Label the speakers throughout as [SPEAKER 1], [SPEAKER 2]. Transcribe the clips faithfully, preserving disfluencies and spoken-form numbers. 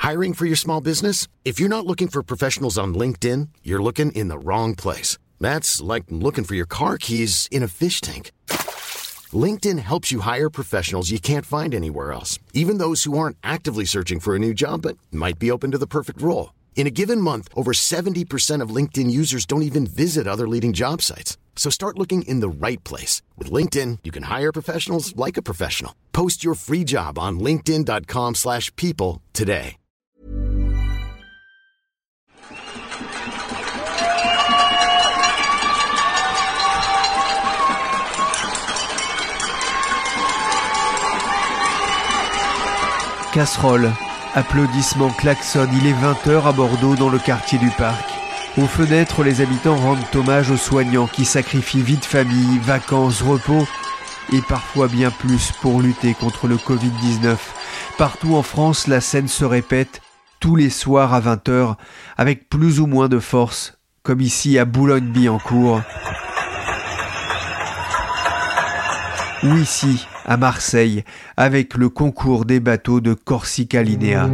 [SPEAKER 1] Hiring for your small business? If you're not looking for professionals on LinkedIn, you're looking in the wrong place. That's like looking for your car keys in a fish tank. LinkedIn helps you hire professionals you can't find anywhere else, even those who aren't actively searching for a new job but might be open to the perfect role. In a given month, over seventy percent of LinkedIn users don't even visit other leading job sites. So start looking in the right place. With LinkedIn, you can hire professionals like a professional. Post your free job on linkedin.com slash people today.
[SPEAKER 2] Casseroles, applaudissements, klaxons, il est vingt heures à Bordeaux dans le quartier du Parc. Aux fenêtres, les habitants rendent hommage aux soignants qui sacrifient vie de famille, vacances, repos et parfois bien plus pour lutter contre le covid dix-neuf. Partout en France, la scène se répète tous les soirs à vingt heures avec plus ou moins de force, comme ici à Boulogne-Billancourt. Ou ici, à Marseille, avec le concours des bateaux de Corsica Linea.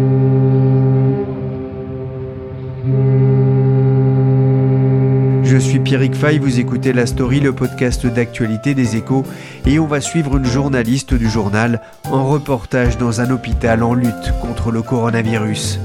[SPEAKER 2] Je suis Pierrick Fay, vous écoutez La Story, le podcast d'actualité des Échos, et on va suivre une journaliste du journal en reportage dans un hôpital en lutte contre le coronavirus.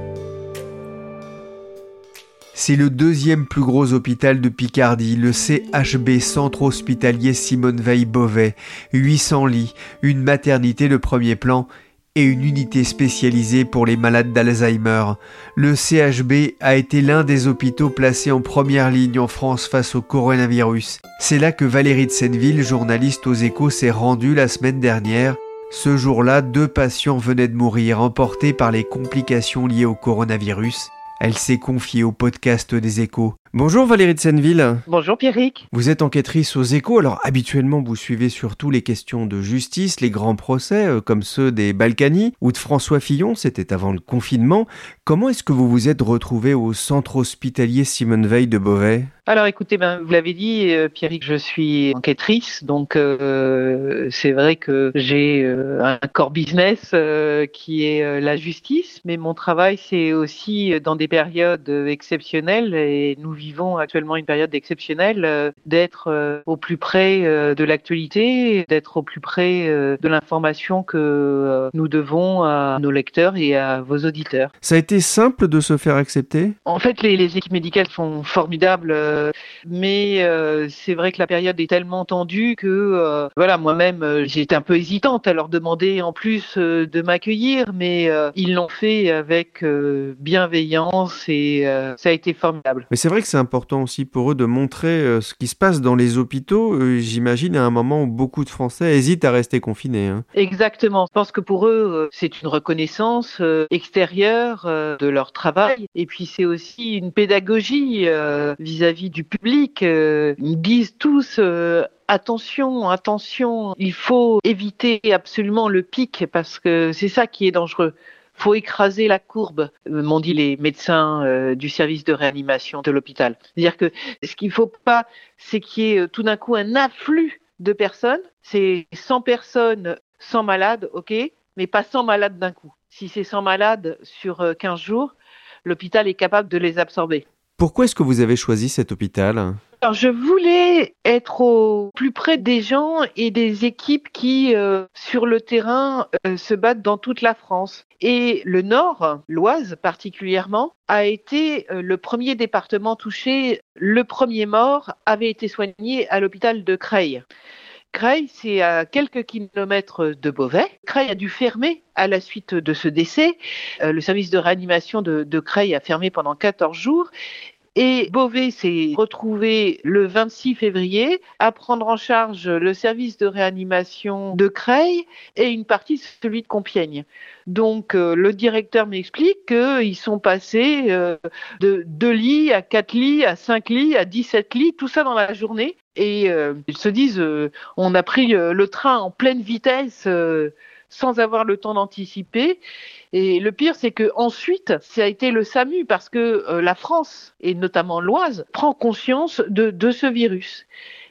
[SPEAKER 2] C'est le deuxième plus gros hôpital de Picardie, le C H B, Centre Hospitalier Simone Veil Beauvais. huit cents lits, une maternité de premier plan et une unité spécialisée pour les malades d'Alzheimer. Le C H B a été l'un des hôpitaux placés en première ligne en France face au coronavirus. C'est là que Valérie de Senneville, journaliste aux Échos, s'est rendue la semaine dernière. Ce jour-là, deux patients venaient de mourir, emportés par les complications liées au coronavirus. Elle s'est confiée au podcast des Échos. Bonjour Valérie de Senneville.
[SPEAKER 3] Bonjour Pierrick.
[SPEAKER 2] Vous êtes enquêtrice aux Échos, alors habituellement vous suivez surtout les questions de justice, les grands procès euh, comme ceux des Balkany ou de François Fillon, c'était avant le confinement. Comment est-ce que vous vous êtes retrouvée au centre hospitalier Simone Veil de Beauvais ?
[SPEAKER 3] Alors écoutez, ben, vous l'avez dit euh, Pierrick, je suis enquêtrice, donc euh, c'est vrai que j'ai euh, un core business euh, qui est euh, la justice, mais mon travail c'est aussi euh, dans des périodes euh, exceptionnelles, et nous vivons actuellement une période exceptionnelle, euh, d'être euh, au plus près euh, de l'actualité, d'être au plus près euh, de l'information que euh, nous devons à nos lecteurs et à vos auditeurs.
[SPEAKER 2] Ça a été simple de se faire accepter ?
[SPEAKER 3] En fait, les, les équipes médicales sont formidables, euh, mais euh, c'est vrai que la période est tellement tendue que euh, voilà, moi-même euh, j'étais un peu hésitante à leur demander en plus euh, de m'accueillir, mais euh, ils l'ont fait avec euh, bienveillance et euh, ça a été formidable.
[SPEAKER 2] Mais c'est vrai que c'est important aussi pour eux de montrer euh, ce qui se passe dans les hôpitaux, euh, j'imagine à un moment où beaucoup de Français hésitent à rester confinés. Hein.
[SPEAKER 3] Exactement. Je pense que pour eux, euh, c'est une reconnaissance euh, extérieure euh, de leur travail, et puis c'est aussi une pédagogie euh, vis-à-vis du public. Euh, ils disent tous euh, attention, attention, il faut éviter absolument le pic parce que c'est ça qui est dangereux. Faut écraser la courbe, m'ont dit les médecins euh, du service de réanimation de l'hôpital. C'est-à-dire que ce qu'il faut pas, c'est qu'il y ait euh, tout d'un coup un afflux de personnes. C'est cent personnes, cent malades, ok, mais pas cent malades d'un coup. Si c'est cent malades sur euh, quinze jours, l'hôpital est capable de les absorber.
[SPEAKER 2] Pourquoi est-ce que vous avez choisi cet hôpital ?
[SPEAKER 3] Alors, je voulais être au plus près des gens et des équipes qui, euh, sur le terrain, euh, se battent dans toute la France. Et le Nord, l'Oise particulièrement, a été euh, le premier département touché. Le premier mort avait été soigné à l'hôpital de Creil. Creil, c'est à quelques kilomètres de Beauvais. Creil a dû fermer à la suite de ce décès. Euh, le service de réanimation de, de Creil a fermé pendant quatorze jours. Et Beauvais s'est retrouvé le vingt-six février à prendre en charge le service de réanimation de Creil et une partie de celui de Compiègne. Donc euh, le directeur m'explique qu'ils sont passés euh, de deux lits à quatre lits, à cinq lits, à dix-sept lits, tout ça dans la journée. Et euh, ils se disent, euh, on a pris euh, le train en pleine vitesse euh, sans avoir le temps d'anticiper. Et le pire, c'est que ensuite, ça a été le SAMU parce que euh, la France, et notamment l'Oise, prend conscience de, de ce virus.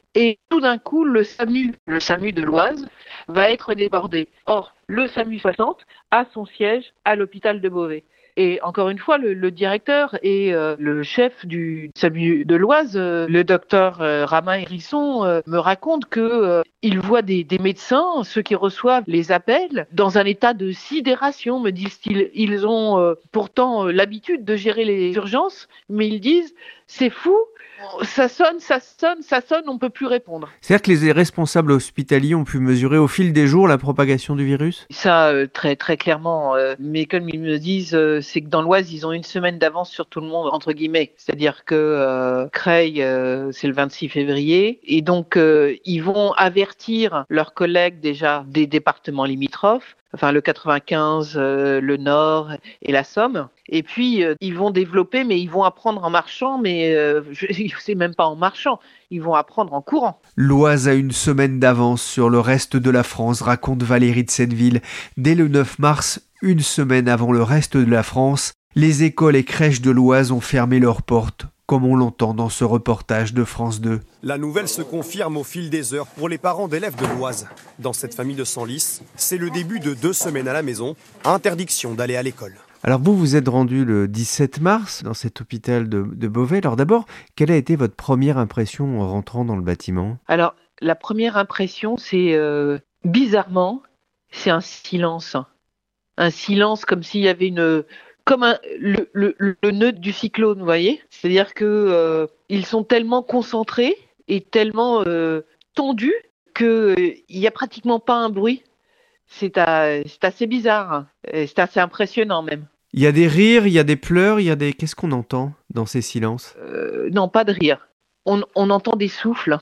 [SPEAKER 3] Et tout d'un coup, le SAMU, le SAMU de l'Oise, va être débordé. Or, le SAMU soixante a son siège à l'hôpital de Beauvais. Et encore une fois, le, le directeur et euh, le chef du SAMU de l'Oise, euh, le docteur euh, Ramin Hérisson, euh, me raconte que euh, il voit des, des médecins, ceux qui reçoivent les appels, dans un état de sidération, me disent-ils. Ils ont euh, pourtant euh, l'habitude de gérer les urgences, mais ils disent, c'est fou, ça sonne, ça sonne, ça sonne, on ne peut plus répondre.
[SPEAKER 2] C'est-à-dire que les responsables hospitaliers ont pu mesurer au fil des jours la propagation du virus ?
[SPEAKER 3] Ça, euh, très très clairement. Euh, mais comme ils me disent, euh, c'est que dans l'Oise, ils ont une semaine d'avance sur tout le monde, entre guillemets. C'est-à-dire que euh, Creil, euh, c'est le vingt-six février. Et donc, euh, ils vont avertir leurs collègues déjà des départements limitrophes. Enfin, le quatre-vingt-quinze, euh, le Nord et la Somme. Et puis, euh, ils vont développer, mais ils vont apprendre en marchant, mais euh, je ne sais même pas en marchant, ils vont apprendre en courant.
[SPEAKER 2] L'Oise a une semaine d'avance sur le reste de la France, raconte Valérie de Senneville. Dès le neuf mars, une semaine avant le reste de la France, les écoles et crèches de l'Oise ont fermé leurs portes, comme on l'entend dans ce reportage de France deux.
[SPEAKER 4] La nouvelle se confirme au fil des heures pour les parents d'élèves de l'Oise. Dans cette famille de Senlis, c'est le début de deux semaines à la maison, interdiction d'aller à l'école.
[SPEAKER 2] Alors vous, vous êtes rendu le dix-sept mars dans cet hôpital de, de Beauvais. Alors d'abord, quelle a été votre première impression en rentrant dans le bâtiment ?
[SPEAKER 3] Alors, la première impression, c'est euh, bizarrement, c'est un silence. Un silence comme s'il y avait une... comme un, le, le, le nœud du cyclone, vous voyez ? C'est-à-dire que euh, ils sont tellement concentrés et tellement euh, tendus qu'il euh, n'y a pratiquement pas un bruit. C'est, à, c'est assez bizarre, et c'est assez impressionnant même.
[SPEAKER 2] Il y a des rires, il y a des pleurs, il y a des... Qu'est-ce qu'on entend dans ces silences ?
[SPEAKER 3] euh, Non, pas de rire. On, on entend des souffles,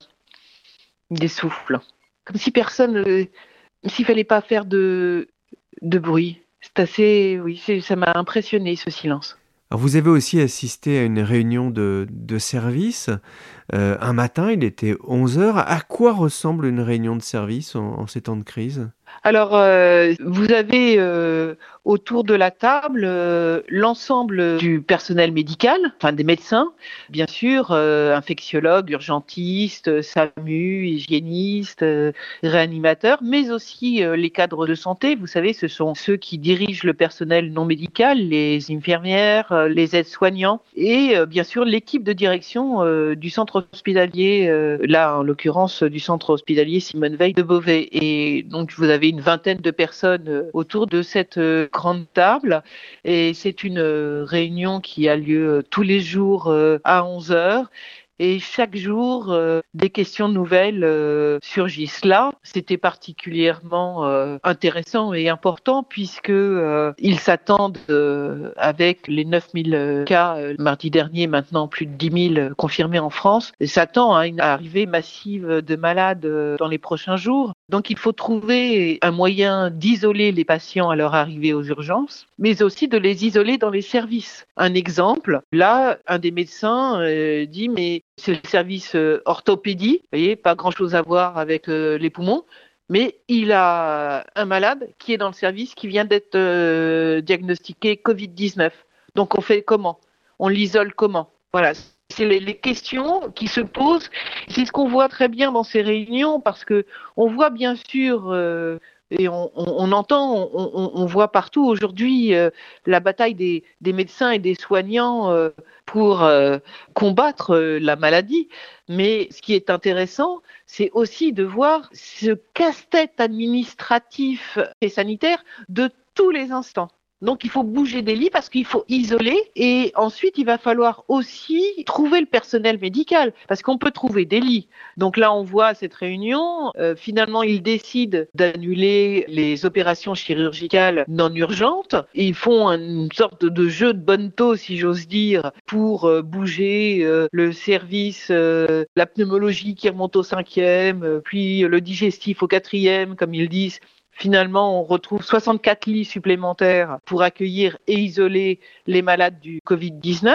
[SPEAKER 3] des souffles, comme si personne, euh, comme s'il fallait pas faire de, de bruit. C'est assez, oui, c'est, ça m'a impressionné ce silence.
[SPEAKER 2] Alors vous avez aussi assisté à une réunion de, de service. Euh, un matin, il était onze heures. À quoi ressemble une réunion de service en, en ces temps de crise ?
[SPEAKER 3] Alors, euh, vous avez euh, autour de la table euh, l'ensemble du personnel médical, enfin des médecins, bien sûr, euh, infectiologues, urgentistes, SAMU, hygiénistes, euh, réanimateurs, mais aussi euh, les cadres de santé. Vous savez, ce sont ceux qui dirigent le personnel non médical, les infirmières, euh, les aides-soignants, et euh, bien sûr l'équipe de direction euh, du centre hospitalier, euh, là en l'occurrence du centre hospitalier Simone Veil de Beauvais. Et donc vous avez une vingtaine de personnes autour de cette grande table et c'est une réunion qui a lieu tous les jours à onze heures. Et chaque jour, euh, des questions nouvelles euh, surgissent. Là, c'était particulièrement euh, intéressant et important puisque euh, ils s'attendent, euh, avec les neuf mille cas euh, mardi dernier, maintenant plus de dix mille confirmés en France, ils s'attendent à une arrivée massive de malades euh, dans les prochains jours. Donc, il faut trouver un moyen d'isoler les patients à leur arrivée aux urgences, mais aussi de les isoler dans les services. Un exemple, là, un des médecins euh, dit, mais c'est le service euh, orthopédie, vous voyez, pas grand-chose à voir avec euh, les poumons, mais il a un malade qui est dans le service qui vient d'être euh, diagnostiqué covid dix-neuf. Donc, on fait comment ? On l'isole comment ? Voilà. C'est les, les questions qui se posent. C'est ce qu'on voit très bien dans ces réunions parce que on voit bien sûr euh, et on, on, on entend, on, on, on voit partout aujourd'hui euh, la bataille des, des médecins et des soignants euh, pour euh, combattre euh, la maladie. Mais ce qui est intéressant, c'est aussi de voir ce casse-tête administratif et sanitaire de tous les instants. Donc, il faut bouger des lits parce qu'il faut isoler et ensuite, il va falloir aussi trouver le personnel médical parce qu'on peut trouver des lits. Donc là, on voit cette réunion. Euh, finalement, ils décident d'annuler les opérations chirurgicales non urgentes. Ils font une sorte de jeu de bonneteau, si j'ose dire, pour euh, bouger euh, le service, euh, la pneumologie qui remonte au cinquième, euh, puis le digestif au quatrième, comme ils disent. Finalement, on retrouve soixante-quatre lits supplémentaires pour accueillir et isoler les malades du covid dix-neuf.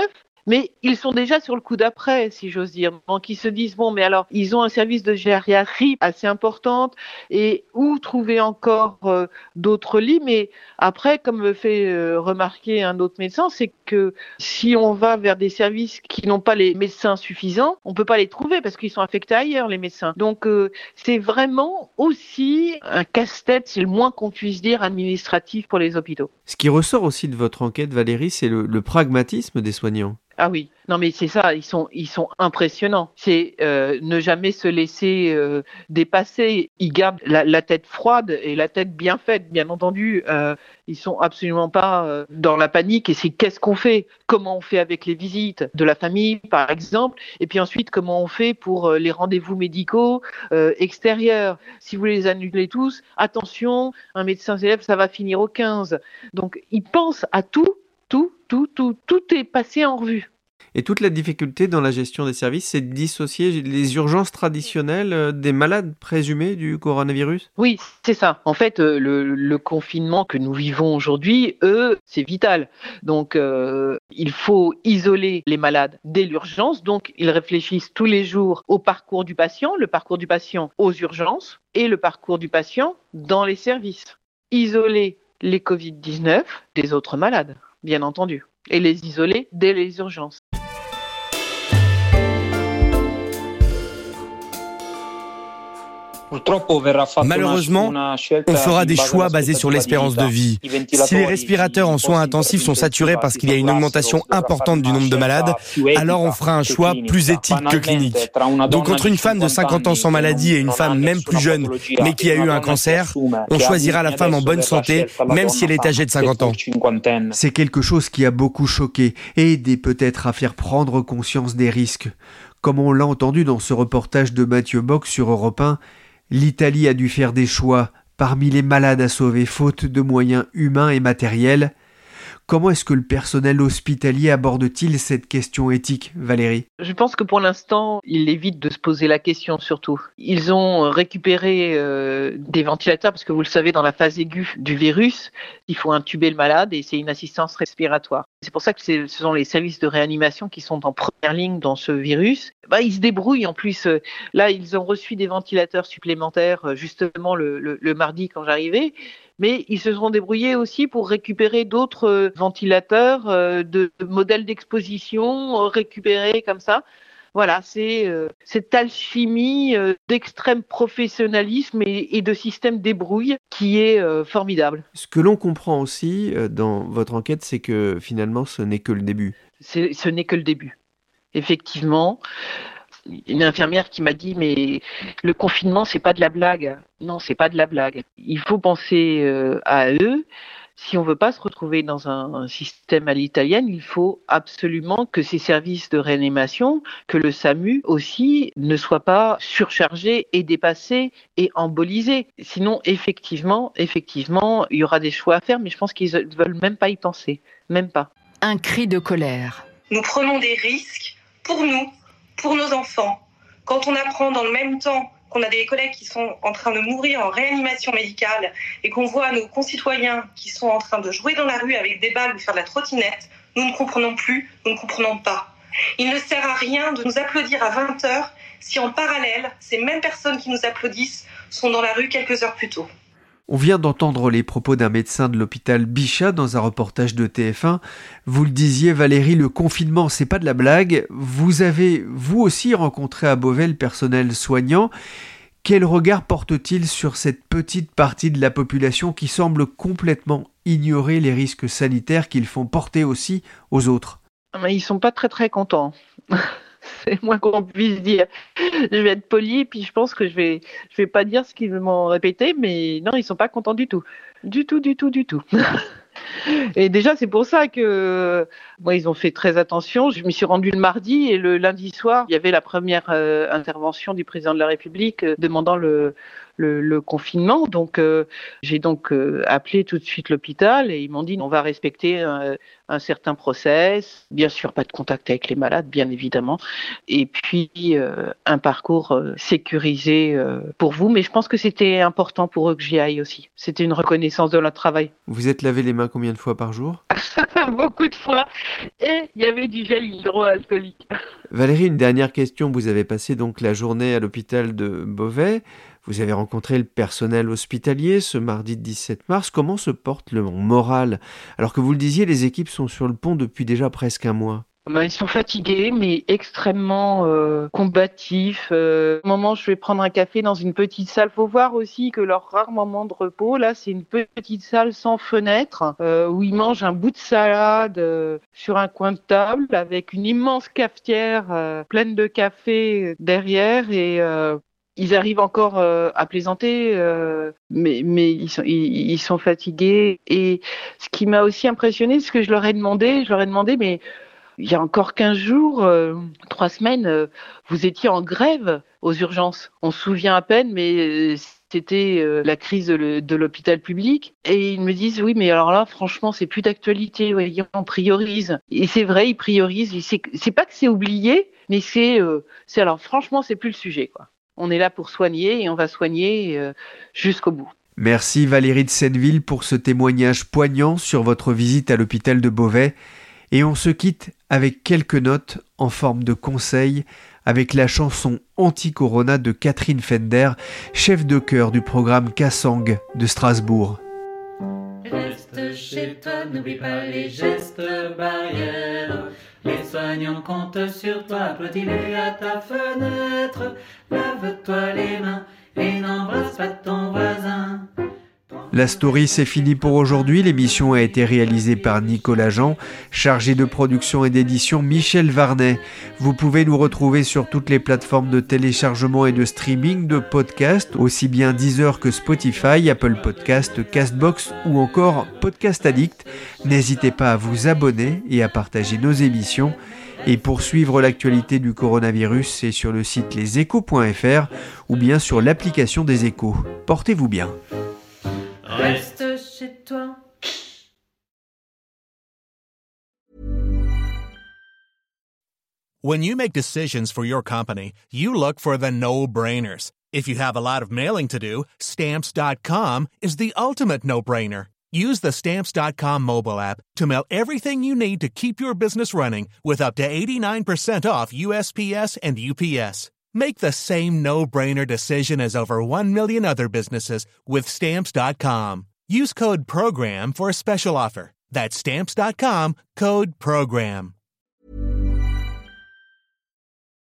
[SPEAKER 3] Mais ils sont déjà sur le coup d'après, si j'ose dire. Donc ils se disent, bon, mais alors, ils ont un service de gériatrie assez importante, et où trouver encore euh, d'autres lits. Mais après, comme me fait euh, remarquer un autre médecin, c'est que si on va vers des services qui n'ont pas les médecins suffisants, on peut pas les trouver parce qu'ils sont affectés ailleurs, les médecins. Donc euh, c'est vraiment aussi un casse-tête, c'est le moins qu'on puisse dire, administratif pour les hôpitaux.
[SPEAKER 2] Ce qui ressort aussi de votre enquête, Valérie, c'est le, le pragmatisme des soignants.
[SPEAKER 3] Ah oui, non mais c'est ça, ils sont ils sont impressionnants. C'est euh, ne jamais se laisser euh, dépasser. Ils gardent la, la tête froide et la tête bien faite, bien entendu. Euh, ils sont absolument pas euh, dans la panique. Et c'est qu'est-ce qu'on fait, comment on fait avec les visites de la famille, par exemple, et puis ensuite comment on fait pour euh, les rendez-vous médicaux euh, extérieurs. Si vous les annulez tous, attention, un médecin élève, ça va finir au quinze. Donc ils pensent à tout. Tout, tout, tout, tout est passé en revue.
[SPEAKER 2] Et toute la difficulté dans la gestion des services, c'est de dissocier les urgences traditionnelles des malades présumés du coronavirus ?
[SPEAKER 3] Oui, c'est ça. En fait, le, le confinement que nous vivons aujourd'hui, eux, c'est vital. Donc, euh, il faut isoler les malades dès l'urgence. Donc, ils réfléchissent tous les jours au parcours du patient, le parcours du patient aux urgences et le parcours du patient dans les services. Isoler les covid dix-neuf des autres malades, bien entendu, et les isoler dès les urgences.
[SPEAKER 5] Malheureusement, on fera des choix basés sur l'espérance de vie. Si les respirateurs en soins intensifs sont saturés parce qu'il y a une augmentation importante du nombre de malades, alors on fera un choix plus éthique que clinique. Donc entre une femme de cinquante ans sans maladie et une femme même plus jeune, mais qui a eu un cancer, on choisira la femme en bonne santé, même si elle est âgée de cinquante ans.
[SPEAKER 2] C'est quelque chose qui a beaucoup choqué et aidé peut-être à faire prendre conscience des risques. Comme on l'a entendu dans ce reportage de Mathieu Bock sur Europe un, l'Italie a dû faire des choix parmi les malades à sauver faute de moyens humains et matériels. Comment est-ce que le personnel hospitalier aborde-t-il cette question éthique, Valérie ?
[SPEAKER 3] Je pense que pour l'instant, ils évitent de se poser la question surtout. Ils ont récupéré euh, des ventilateurs parce que vous le savez, dans la phase aiguë du virus, il faut intuber le malade et c'est une assistance respiratoire. C'est pour ça que c'est, ce sont les services de réanimation qui sont en première ligne dans ce virus. Bah, ils se débrouillent en plus. Là, ils ont reçu des ventilateurs supplémentaires justement le, le, le mardi quand j'arrivais. Mais ils se sont débrouillés aussi pour récupérer d'autres ventilateurs euh, de, de modèles d'exposition euh, récupérés comme ça. Voilà, c'est euh, cette alchimie euh, d'extrême professionnalisme et, et de système débrouille qui est euh, formidable.
[SPEAKER 2] Ce que l'on comprend aussi euh, dans votre enquête, c'est que finalement, ce n'est que le début.
[SPEAKER 3] C'est, ce n'est que le début. Effectivement. Une infirmière qui m'a dit mais le confinement c'est pas de la blague. Non, c'est pas de la blague. Il faut penser euh, à eux. Si on veut pas se retrouver dans un, un système à l'italienne, il faut absolument que ces services de réanimation, que le SAMU aussi ne soit pas surchargé et dépassé et embolisé. Sinon, effectivement, effectivement, il y aura des choix à faire, mais je pense qu'ils ne veulent même pas y penser, même pas.
[SPEAKER 6] Un cri de colère.
[SPEAKER 7] Nous prenons des risques pour nous. Pour nos enfants, quand on apprend dans le même temps qu'on a des collègues qui sont en train de mourir en réanimation médicale et qu'on voit nos concitoyens qui sont en train de jouer dans la rue avec des balles ou faire de la trottinette, nous ne comprenons plus, nous ne comprenons pas. Il ne sert à rien de nous applaudir à vingt heures si en parallèle, ces mêmes personnes qui nous applaudissent sont dans la rue quelques heures plus tôt.
[SPEAKER 2] On vient d'entendre les propos d'un médecin de l'hôpital Bichat dans un reportage de T F un. Vous le disiez, Valérie, le confinement, c'est pas de la blague. Vous avez, vous aussi, rencontré à Beauvais le personnel soignant. Quel regard porte-t-il sur cette petite partie de la population qui semble complètement ignorer les risques sanitaires qu'ils font porter aussi aux autres ?
[SPEAKER 3] Mais ils sont pas très très contents. C'est le moins qu'on puisse dire. Je vais être poli, puis je pense que je vais, je vais pas dire ce qu'ils m'ont répété, mais non, ils sont pas contents du tout, du tout, du tout, du tout. Et déjà, c'est pour ça que moi, ils ont fait très attention. Je m'y suis rendue le mardi et le lundi soir, il y avait la première euh, intervention du président de la République euh, demandant le, le, le confinement. Donc, euh, j'ai donc euh, appelé tout de suite l'hôpital et ils m'ont dit on va respecter un, un certain process. Bien sûr, pas de contact avec les malades, bien évidemment. Et puis, euh, un parcours euh, sécurisé euh, pour vous. Mais je pense que c'était important pour eux que j'y aille aussi. C'était une reconnaissance de leur travail.
[SPEAKER 2] Vous êtes lavé les mains combien de fois par jour ?
[SPEAKER 3] beaucoup de fois. Et il y avait du gel hydroalcoolique.
[SPEAKER 2] Valérie, une dernière question. Vous avez passé donc la journée à l'hôpital de Beauvais. Vous avez rencontré le personnel hospitalier ce mardi dix-sept mars. Comment se porte le moral? Alors que vous le disiez, les équipes sont sur le pont depuis déjà presque un mois.
[SPEAKER 3] Ben, ils sont fatigués, mais extrêmement euh, combatifs. Euh, au moment où je vais prendre un café dans une petite salle, faut voir aussi que leur rare moment de repos, là, c'est une petite salle sans fenêtre, euh, où ils mangent un bout de salade euh, sur un coin de table, avec une immense cafetière euh, pleine de café derrière, et euh, ils arrivent encore euh, à plaisanter, euh, mais, mais ils, sont, ils, ils sont fatigués. Et ce qui m'a aussi impressionné, c'est ce que je leur ai demandé, je leur ai demandé, mais il y a encore quinze jours, euh, trois semaines, euh, vous étiez en grève aux urgences. On se souvient à peine, mais euh, c'était euh, la crise de, de l'hôpital public. Et ils me disent, oui, mais alors là, franchement, c'est plus d'actualité. Voyez, on priorise. Et c'est vrai, ils priorisent. C'est, c'est pas que c'est oublié, mais c'est, euh, c'est alors franchement, c'est plus le sujet, quoi. On est là pour soigner et on va soigner euh, jusqu'au bout.
[SPEAKER 2] Merci Valérie de Senneville pour ce témoignage poignant sur votre visite à l'hôpital de Beauvais. Et on se quitte avec quelques notes en forme de conseil avec la chanson Anti-Corona de Catherine Fender, chef de chœur du programme Kassang de Strasbourg.
[SPEAKER 8] Reste chez toi, n'oublie pas les gestes barrières. Les soignants comptent sur toi, applaudis-les à ta fenêtre. Lave-toi les mains et n'embrasse pas ton voisin.
[SPEAKER 2] La story, c'est fini pour aujourd'hui. L'émission a été réalisée par Nicolas Jean, chargé de production et d'édition Michel Varnet. Vous pouvez nous retrouver sur toutes les plateformes de téléchargement et de streaming de podcasts, aussi bien Deezer que Spotify, Apple Podcasts, Castbox ou encore Podcast Addict. N'hésitez pas à vous abonner et à partager nos émissions. Et pour suivre l'actualité du coronavirus, c'est sur le site les échos point f r ou bien sur l'application des Échos. Portez-vous bien.
[SPEAKER 8] Reste chez toi.
[SPEAKER 9] When you make decisions for your company, you look for the no-brainers. If you have a lot of mailing to do, Stamps dot com is the ultimate no-brainer. Use the Stamps dot com mobile app to mail everything you need to keep your business running with up to eighty-nine percent off U S P S and U P S. Make the same no-brainer decision as over one million other businesses with Stamps dot com. Use code PROGRAM for a special offer. That's Stamps dot com, code PROGRAM.